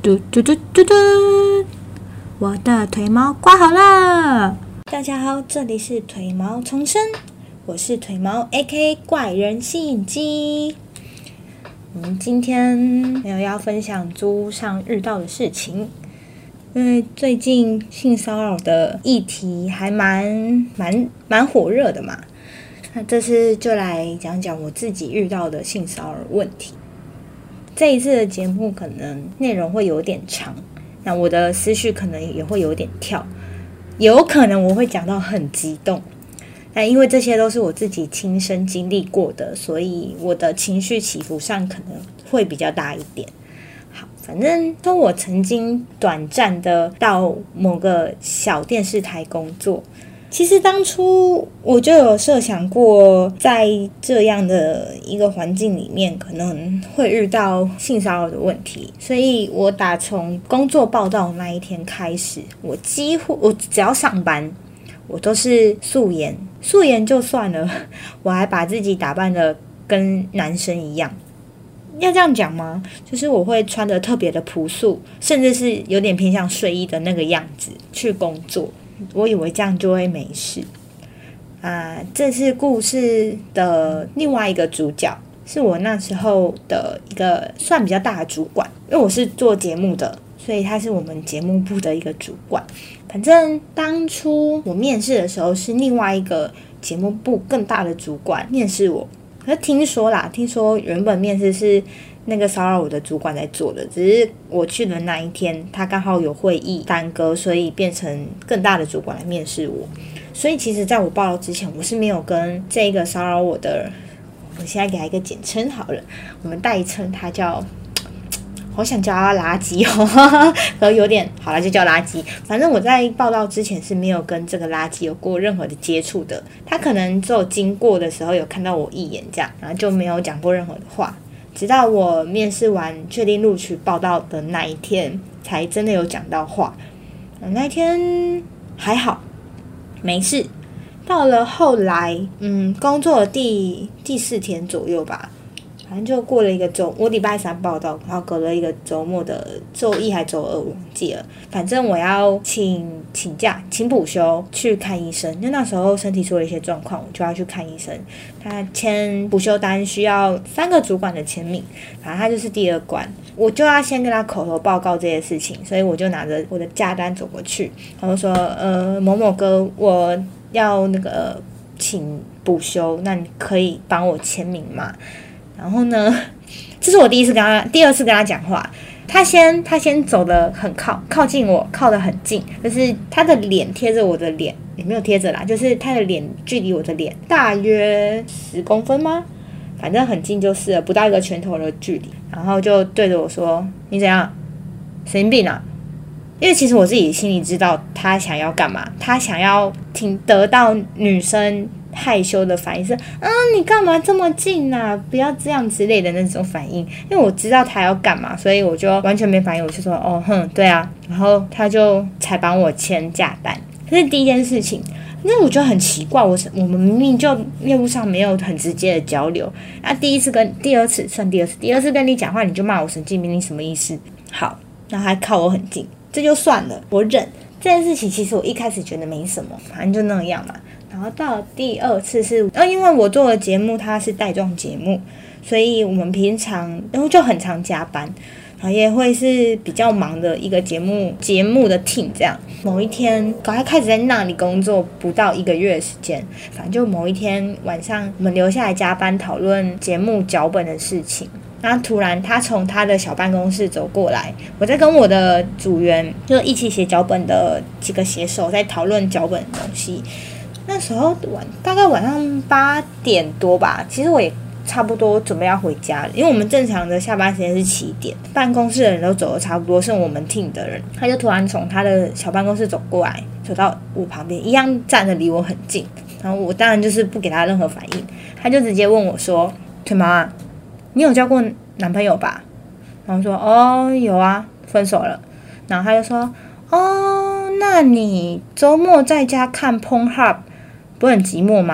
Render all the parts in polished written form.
嘟嘟嘟嘟嘟，我的腿毛刮好了。大家好，这里是腿毛重生，我是腿毛 AK 怪人吸引机。我们今天没有要分享租屋上遇到的事情，因为最近性骚扰的议题还蛮火热的嘛。那这次就来讲讲我自己遇到的性骚扰问题。这一次的节目可能内容会有点长，那我的思绪可能也会有点跳，有可能我会讲到很激动，但因为这些都是我自己亲身经历过的，所以我的情绪起伏上可能会比较大一点。好，反正说我曾经短暂的到某个小电视台工作，其实当初我就有设想过，在这样的一个环境里面可能会遇到性骚扰的问题，所以我打从工作报到那一天开始，我只要上班，我都是素颜就算了，我还把自己打扮得跟男生一样。要这样讲吗？就是我会穿得特别的朴素，甚至是有点偏向睡衣的那个样子去工作。我以为这样就会没事这次故事的另外一个主角是我那时候的一个算比较大的主管，因为我是做节目的，所以他是我们节目部的一个主管。反正当初我面试的时候是另外一个节目部更大的主管面试我，可是听说原本面试是那个骚扰我的主管在做的，只是我去的那一天他刚好有会议耽搁，所以变成更大的主管来面试我。所以其实在我报到之前，我是没有跟这个骚扰我的，我现在给他一个简称好了，我们代称他叫，好想叫他垃圾可有点好了，就叫垃圾。反正我在报到之前是没有跟这个垃圾有过任何的接触的，他可能只有经过的时候有看到我一眼这样，然后就没有讲过任何的话。直到我面试完确定录取报到的那一天，才真的有讲到话。那一天还好，没事。到了后来，工作的第4天左右吧，反正就过了一个周，我礼拜3报到，然后隔了一个周末的周1还周2，我忘记了。反正我要请假，请补休去看医生，因为那时候身体出了一些状况，我就要去看医生。他签补休单需要3个主管的签名，反正他就是第2关，我就要先跟他口头报告这些事情，所以我就拿着我的假单走过去，然后说某某哥，我要那个请补休，那你可以帮我签名吗？然后呢，这是我第2次跟他讲话。他先走得很靠近我，靠得很近，就是他的脸贴着我的脸，也没有贴着啦，就是他的脸距离我的脸大约10公分吗？反正很近就是了，不到一个拳头的距离。然后就对着我说：“你怎样？神经病啊！”因为其实我自己心里知道他想要干嘛，他想要得到女生害羞的反应是你干嘛这么近啊，不要这样之类的那种反应。因为我知道他要干嘛，所以我就完全没反应，我就说对啊。然后他就才帮我签假单，这是第一件事情。因为我觉得很奇怪，我们明明就业务上没有很直接的交流，第二次跟你讲话你就骂我神经病，你什么意思？好，然后还靠我很近，这就算了，我忍。这件事情其实我一开始觉得没什么，反正就那样嘛。然后到了第2次是因为我做的节目它是带状节目，所以我们平常就很常加班，然后也会是比较忙的一个节目的 team 这样。某一天刚开始在那里工作不到1个月的时间，反正就某一天晚上我们留下来加班讨论节目脚本的事情，然后突然他从他的小办公室走过来，我在跟我的组员就一起写脚本的几个写手在讨论脚本的东西。那时候大概晚上8点多吧，其实我也差不多准备要回家了，因为我们正常的下班时间是7点，办公室的人都走了差不多，剩我们 team 的人，他就突然从他的小办公室走过来，走到我旁边，一样站得离我很近，然后我当然就是不给他任何反应，他就直接问我说：“腿毛啊，你有交过男朋友吧？”然后说：“有啊，分手了。”然后他就说：“那你周末在家看 Pornhub不会很寂寞吗？”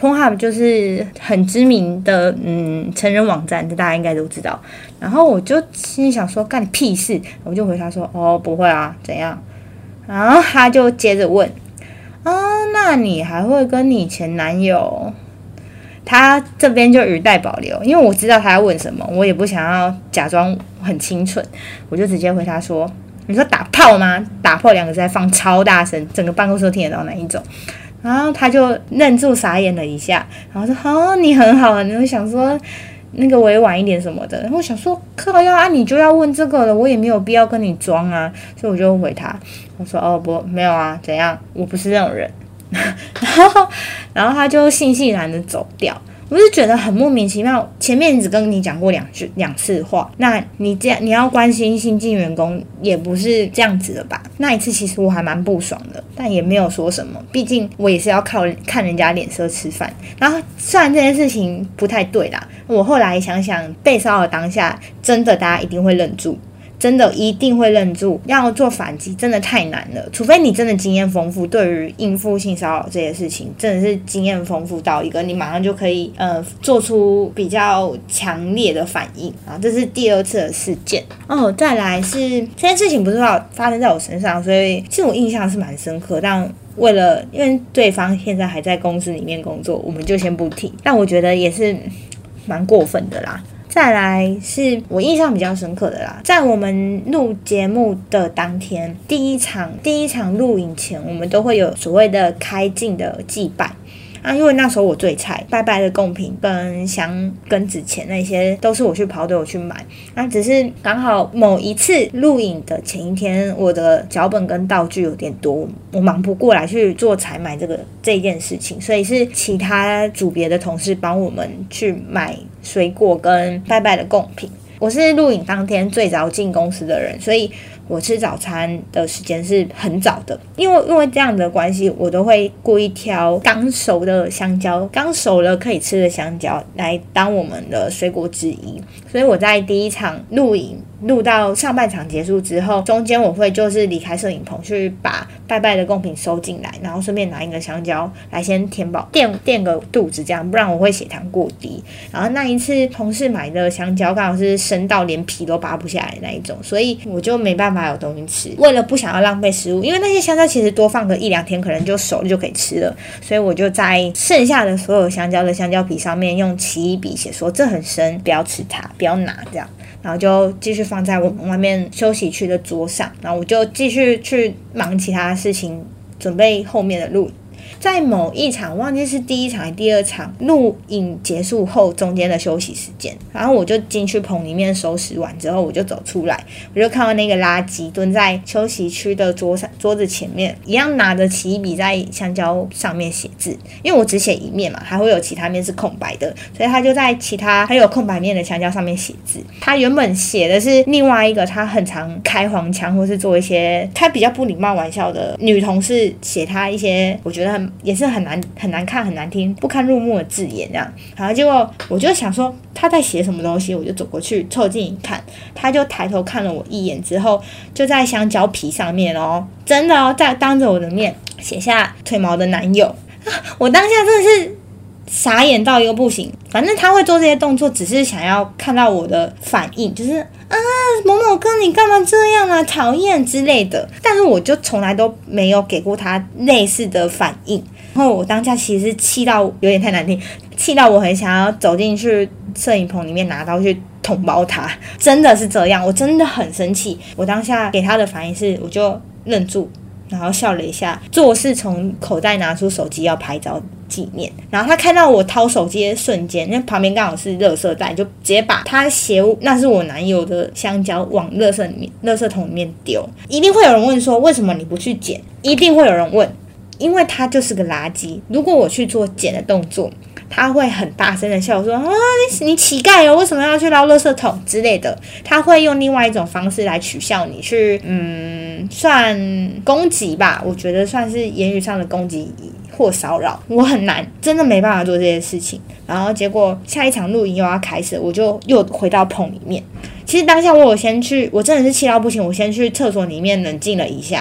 Pornhub 就是很知名的成人网站，这大家应该都知道。然后我就心里想说干你屁事，我就回他说哦不会啊怎样，然后他就接着问那你还会跟你前男友？他这边就语带保留，因为我知道他要问什么，我也不想要假装很清纯，我就直接回他说你说打炮吗？打炮2个字在放超大声，整个办公室都听得到那一种。然后他就愣住傻眼了一下，然后说你很好啊，你会想说那个委婉一点什么的。然后我想说靠腰啊，你就要问这个了，我也没有必要跟你装啊，所以我就回他，我说不没有啊，怎样，我不是那种人。然后他就悻悻然的走掉。我就觉得很莫名其妙，前面只跟你讲过两次话，那你这样你要关心新进员工也不是这样子的吧？那一次其实我还蛮不爽的，但也没有说什么，毕竟我也是要看人家脸色吃饭。然后虽然这件事情不太对啦，我后来想想，被骚扰当下真的大家一定会愣住。真的一定会愣住，要做反击真的太难了，除非你真的经验丰富，对于应付性骚扰这些事情真的是经验丰富到一个你马上就可以做出比较强烈的反应啊，这是第2次的事件再来是这件事情不是发生在我身上，所以其实我印象是蛮深刻，但因为对方现在还在公司里面工作，我们就先不提，但我觉得也是蛮过分的啦。再来是我印象比较深刻的啦，在我们录节目的当天，第一场录影前，我们都会有所谓的开镜的祭拜因为那时候我最菜，拜拜的贡品跟香跟纸钱那些都是我去跑队我去买，只是刚好某一次录影的前一天，我的脚本跟道具有点多，我忙不过来去做采买这件事情，所以是其他组别的同事帮我们去买水果跟拜拜的贡品。我是录影当天最早进公司的人，所以我吃早餐的时间是很早的，因为这样的关系，我都会故意挑刚熟的香蕉，刚熟了可以吃的香蕉来当我们的水果之一。所以我在第一场录影录到上半场结束之后，中间我会就是离开摄影棚去把拜拜的贡品收进来，然后顺便拿一个香蕉来先填饱垫个肚子，这样不然我会血糖过低。然后那一次同事买的香蕉刚好是生到连皮都拔不下来的那一种，所以我就没办法有东西吃。为了不想要浪费食物，因为那些香蕉其实多放个1-2天可能就熟了就可以吃了，所以我就在剩下的所有香蕉的香蕉皮上面用奇异笔写说这很生，不要吃它，不要拿这样。然后就继续放在我们外面休息区的桌上，然后我就继续去忙其他事情，准备后面的录影。在某一场忘记是第1场还是第2场录影结束后中间的休息时间，然后我就进去棚里面收拾完之后，我就走出来，我就看到那个垃圾蹲在休息区的桌子前面，一样拿着奇异笔在香蕉上面写字，因为我只写一面嘛，还会有其他面是空白的，所以他就在其他还有空白面的香蕉上面写字。他原本写的是另外一个他很常开黄腔或是做一些开比较不礼貌玩笑的女同事写他一些我觉得也是很难看很难听不堪入目的字眼这样。然后结果我就想说他在写什么东西，我就走过去凑近一看，他就抬头看了我一眼之后，就在香蕉皮上面真的在当着我的面写下腿毛的男友我当下真的是傻眼到一个不行。反正他会做这些动作只是想要看到我的反应，就是某某哥你干嘛这样啊，讨厌之类的，但是我就从来都没有给过他类似的反应。然后我当下其实是气到有点太难听，气到我很想要走进去摄影棚里面拿刀去捅爆他，真的是这样，我真的很生气。我当下给他的反应是我就愣住，然后笑了一下，做事从口袋拿出手机要拍照纪念。然后他看到我掏手机的瞬间，因为旁边刚好是垃圾袋，就直接把他写那是我男友的香蕉往垃圾桶里面丢。一定会有人问说为什么你不去捡，一定会有人问，因为他就是个垃圾。如果我去做捡的动作，他会很大声的笑说你乞丐为什么要去捞垃圾桶之类的，他会用另外一种方式来取笑你，去算攻击吧，我觉得算是言语上的攻击或骚扰。我很难，真的没办法做这些事情。然后结果下一场录影又要开始，我就又回到棚里面。其实当下我真的是气到不行，我先去厕所里面冷静了一下，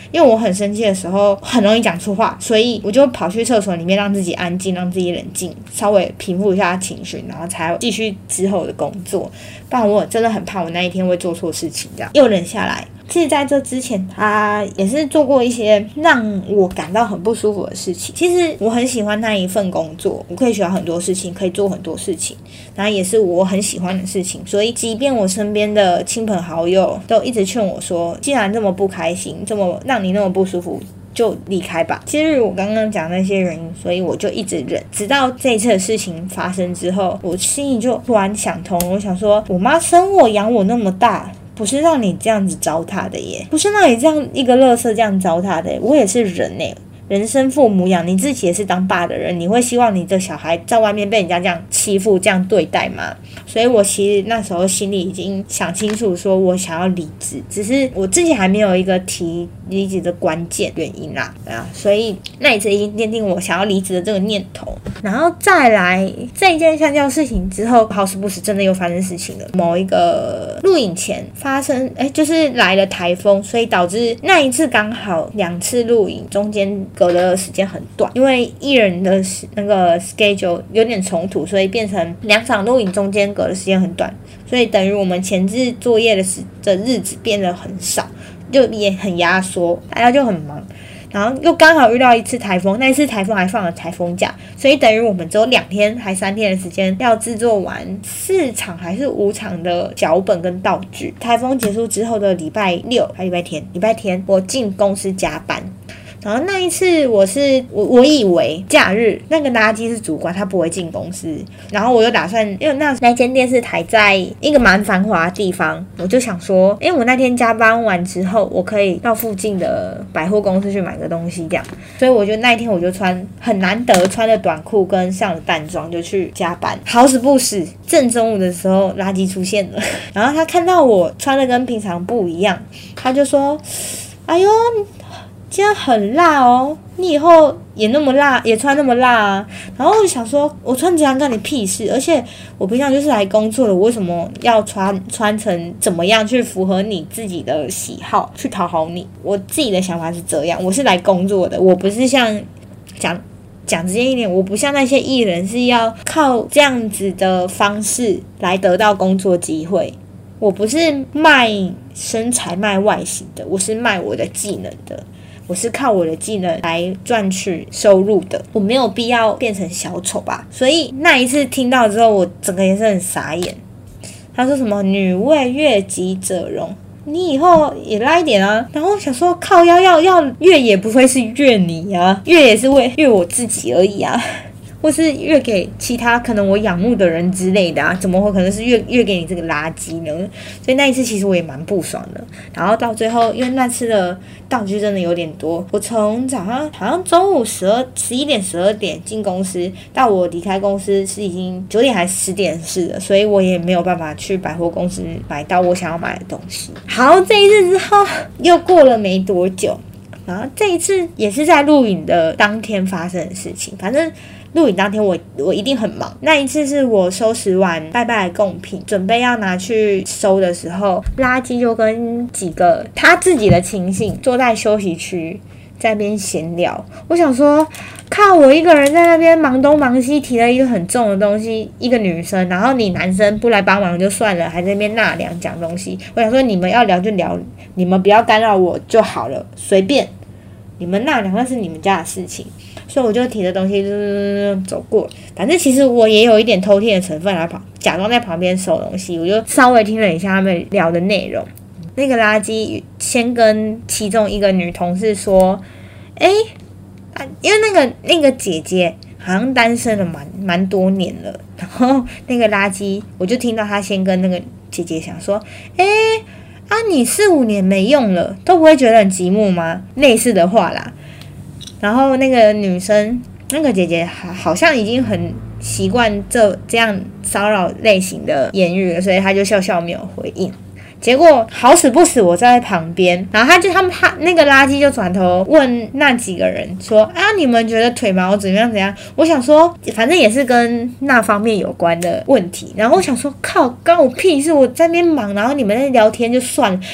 因为我很生气的时候很容易讲出话，所以我就跑去厕所里面让自己安静，让自己冷静，稍微平复一下情绪，然后才继续之后的工作。不然我真的很怕我那一天会做错事情，这样又忍下来。其实在这之前他也是做过一些让我感到很不舒服的事情。其实我很喜欢那一份工作，我可以学到很多事情，可以做很多事情，然后也是我很喜欢的事情，所以即便我身边的亲朋好友都一直劝我说，既然这么不开心，这么让你那么不舒服，就离开吧。基于我刚刚讲那些原因，所以我就一直忍，直到这一次的事情发生之后，我心里就突然想通，我想说，我妈生我养我那么大，不是让你这样子糟蹋的耶，不是让你这样一个垃圾这样糟蹋的耶，我也是人耶，人生父母养，你自己也是当爸的人，你会希望你的小孩在外面被人家这样欺负这样对待吗？所以我其实那时候心里已经想清楚说我想要离职，只是我自己还没有一个提离职的关键原因啦，所以那一次已经奠定我想要离职的这个念头。然后再来这一件橡胶事情之后，好死不死真的又发生事情了。某一个录影前发生就是来了台风，所以导致那一次刚好2次录影中间隔的时间很短，因为艺人的那个 schedule 有点冲突，所以变成2场录影中间隔的时间很短，所以等于我们前置作业的日子变得很少，就也很压缩，大家就很忙。然后又刚好遇到一次台风，那一次台风还放了台风假，所以等于我们只有2天还3天的时间要制作完4场还是5场的脚本跟道具。台风结束之后的礼拜6还礼拜天我进公司加班。然后那一次我以为假日那个垃圾是主管，他不会进公司，然后我又打算，因为那间电视台在一个蛮繁华的地方，我就想说，因为我那天加班完之后，我可以到附近的百货公司去买个东西这样，所以我就那一天我就很难得穿着短裤跟上了淡妆就去加班。好死不死，正中午的时候垃圾出现了，然后他看到我穿的跟平常不一样，他就说：“哎呦，今天很辣哦，你以后也那么辣，也穿那么辣啊。”然后我就想说，我穿这样干你屁事？而且我平常就是来工作的，我为什么要穿成怎么样去符合你自己的喜好，去讨好你？我自己的想法是这样，我是来工作的，我不是像讲直接一点，我不像那些艺人是要靠这样子的方式来得到工作机会。我不是卖身材卖外形的，我是卖我的技能的，我是靠我的技能来赚取收入的，我没有必要变成小丑吧。所以那一次听到之后，我整个也是很傻眼。他说什么女为悦己者容，你以后也拉一点啊。然后想说靠要悦也不会是悦你啊，悦也是为悦我自己而已啊，或是越给其他可能我仰慕的人之类的啊，怎么会可能是越给你这个垃圾呢？所以那一次其实我也蛮不爽的。然后到最后，因为那次的道具真的有点多，我从早上好像中午11点12点进公司，到我离开公司是已经9点还是10点的事了，所以我也没有办法去百货公司买到我想要买的东西。好，这一次之后又过了没多久，然后这一次也是在录影的当天发生的事情，反正录影当天我一定很忙。那一次是我收拾完拜拜的贡品，准备要拿去收的时候，垃圾就跟几个他自己的亲信坐在休息区在那边闲聊。我想说，靠，我一个人在那边忙东忙西，提了一个很重的东西，一个女生，然后你男生不来帮忙就算了，还在那边纳凉讲东西。我想说，你们要聊就聊，你们不要干扰我就好了，随便你们纳凉那是你们家的事情。所以我就提着东西走过，反正其实我也有一点偷听的成分，来假装在旁边收东西。我就稍微听了一下他们聊的内容。那个垃圾先跟其中一个女同事说：“因为那个姐姐好像单身了蛮多年了。”然后那个垃圾我就听到他先跟那个姐姐想说：“你4、5年没用了，都不会觉得很寂寞吗？”类似的话啦。然后那个女生，那个姐姐好像已经很习惯这样骚扰类型的言语了，所以她就笑笑没有回应。结果好死不死我在旁边，然后他那个垃圾就转头问那几个人说：“你们觉得腿毛怎么样怎样？”我想说，反正也是跟那方面有关的问题。然后我想说，靠，关我屁事！我在那边忙，然后你们在聊天就算了。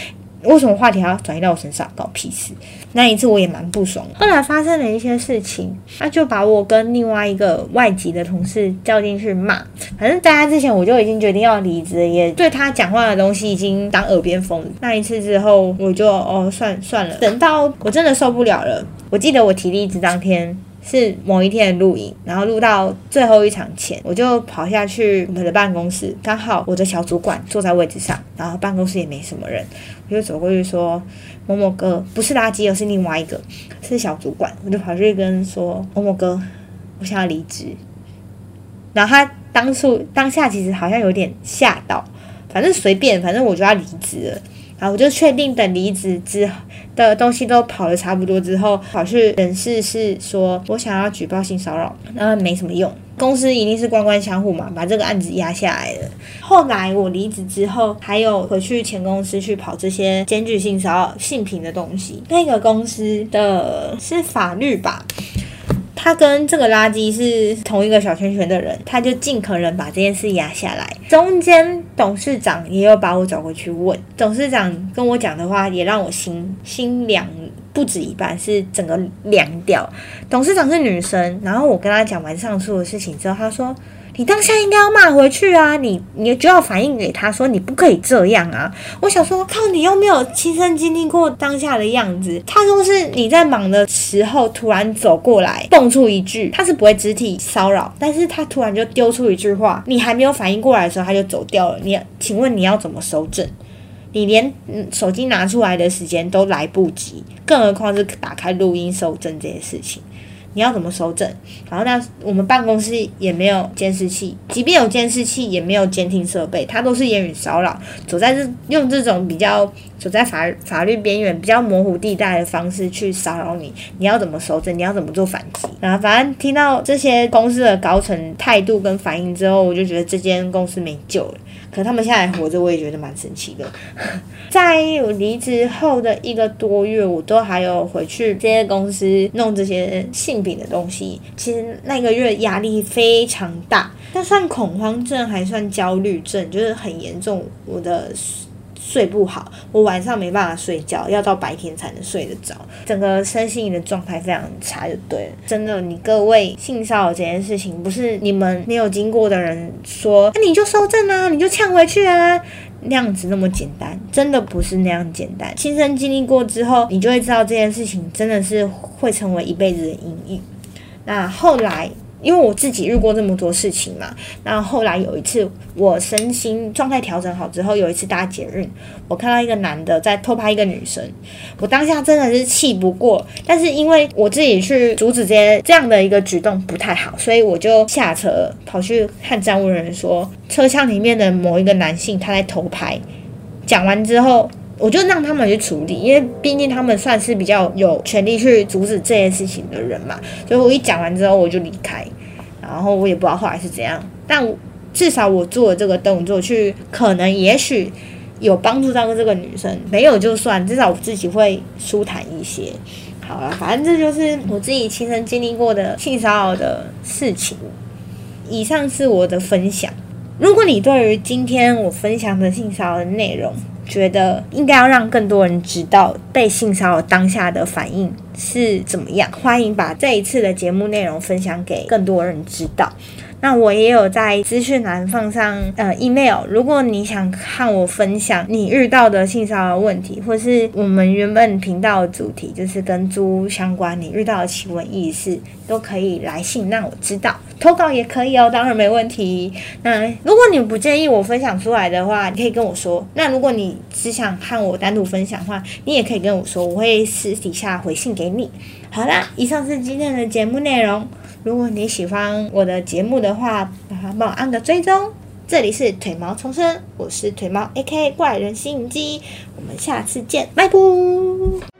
为什么话题还要转移到我身上，搞屁事。那一次我也蛮不爽的。后来发生了一些事情，他就把我跟另外一个外籍的同事叫进去骂。反正在他之前我就已经决定要离职了，也对他讲话的东西已经当耳边风了。那一次之后我就算了，等到我真的受不了了。我记得我提离职当天是某一天的录影，然后录到最后一场前，我就跑下去我们的办公室，刚好我的小主管坐在位置上，然后办公室也没什么人，我就走过去说某某哥，不是垃圾，而是另外一个，是小主管，我就跑去跟说某某哥，我想要离职。然后他当下其实好像有点吓到，反正随便，反正我就要离职了。然后我就确定等离职之后的东西都跑了差不多之后，跑去人事室说我想要举报性骚扰，没什么用，公司一定是官官相护嘛，把这个案子压下来了。后来我离职之后，还有回去前公司去跑这些检举性骚扰性平的东西。那个公司的是法律吧，他跟这个垃圾是同一个小圈圈的人，他就尽可能把这件事压下来。中间董事长也有把我找回去问，董事长跟我讲的话也让我心凉不止一半，是整个凉掉。董事长是女生，然后我跟他讲完上述的事情之后，他说你当下应该要骂回去啊，你就要反映给他说你不可以这样啊。我想说靠，你又没有亲身经历过当下的样子。他说是你在忙的时候突然走过来蹦出一句，他是不会肢体骚扰，但是他突然就丢出一句话，你还没有反应过来的时候他就走掉了，请问你要怎么收正？你连手机拿出来的时间都来不及，更何况是打开录音收证这些事情，你要怎么收证？然后我们办公室也没有监视器，即便有监视器也没有监听设备，它都是言语骚扰，用这种比较走在法律边缘、比较模糊地带的方式去骚扰你，你要怎么收证？你要怎么做反击？然后反正听到这些公司的高层态度跟反应之后，我就觉得这间公司没救了。可他们现在还活着，我也觉得蛮神奇的。在我离职后的1个多月，我都还有回去这些公司弄这些性品的东西。其实那个月压力非常大，那算恐慌症还算焦虑症，就是很严重。我的睡不好，我晚上没办法睡觉，要到白天才能睡得着，整个身心灵的状态非常差就对了。真的，你各位性骚扰这件事情，不是你们没有经过的人说你就收证啊，你就呛回去啊，那样子那么简单，真的不是那样简单。亲身经历过之后，你就会知道这件事情真的是会成为一辈子的阴影。那后来因为我自己遇过这么多事情嘛，然后后来有一次我身心状态调整好之后，有一次搭捷运，我看到一个男的在偷拍一个女生，我当下真的是气不过，但是因为我自己去阻止这样的一个举动不太好，所以我就下车跑去和站务人员说车厢里面的某一个男性他在偷拍。讲完之后我就让他们去处理，因为毕竟他们算是比较有权利去阻止这件事情的人嘛，所以我一讲完之后我就离开，然后我也不知道后来是怎样，但至少我做了这个动作可能也许有帮助到这个女生，没有就算，至少我自己会舒坦一些。好了，反正这就是我自己亲身经历过的性骚扰的事情。以上是我的分享。如果你对于今天我分享的性骚扰的内容觉得应该要让更多人知道被性骚扰当下的反应是怎么样，欢迎把这一次的节目内容分享给更多人知道。那我也有在资讯栏放上email， 如果你想和我分享你遇到的性骚扰问题，或是我们原本频道的主题就是跟租屋相关，你遇到的奇闻异事都可以来信让我知道，投稿也可以哦，当然没问题。那如果你不介意我分享出来的话，你可以跟我说，那如果你只想和我单独分享的话，你也可以跟我说，我会私底下回信给你。好啦，以上是今天的节目内容。如果你喜欢我的节目的话，帮我按个追踪。这里是腿毛重生，我是腿毛 AKA 怪人吸引机，我们下次见，拜拜。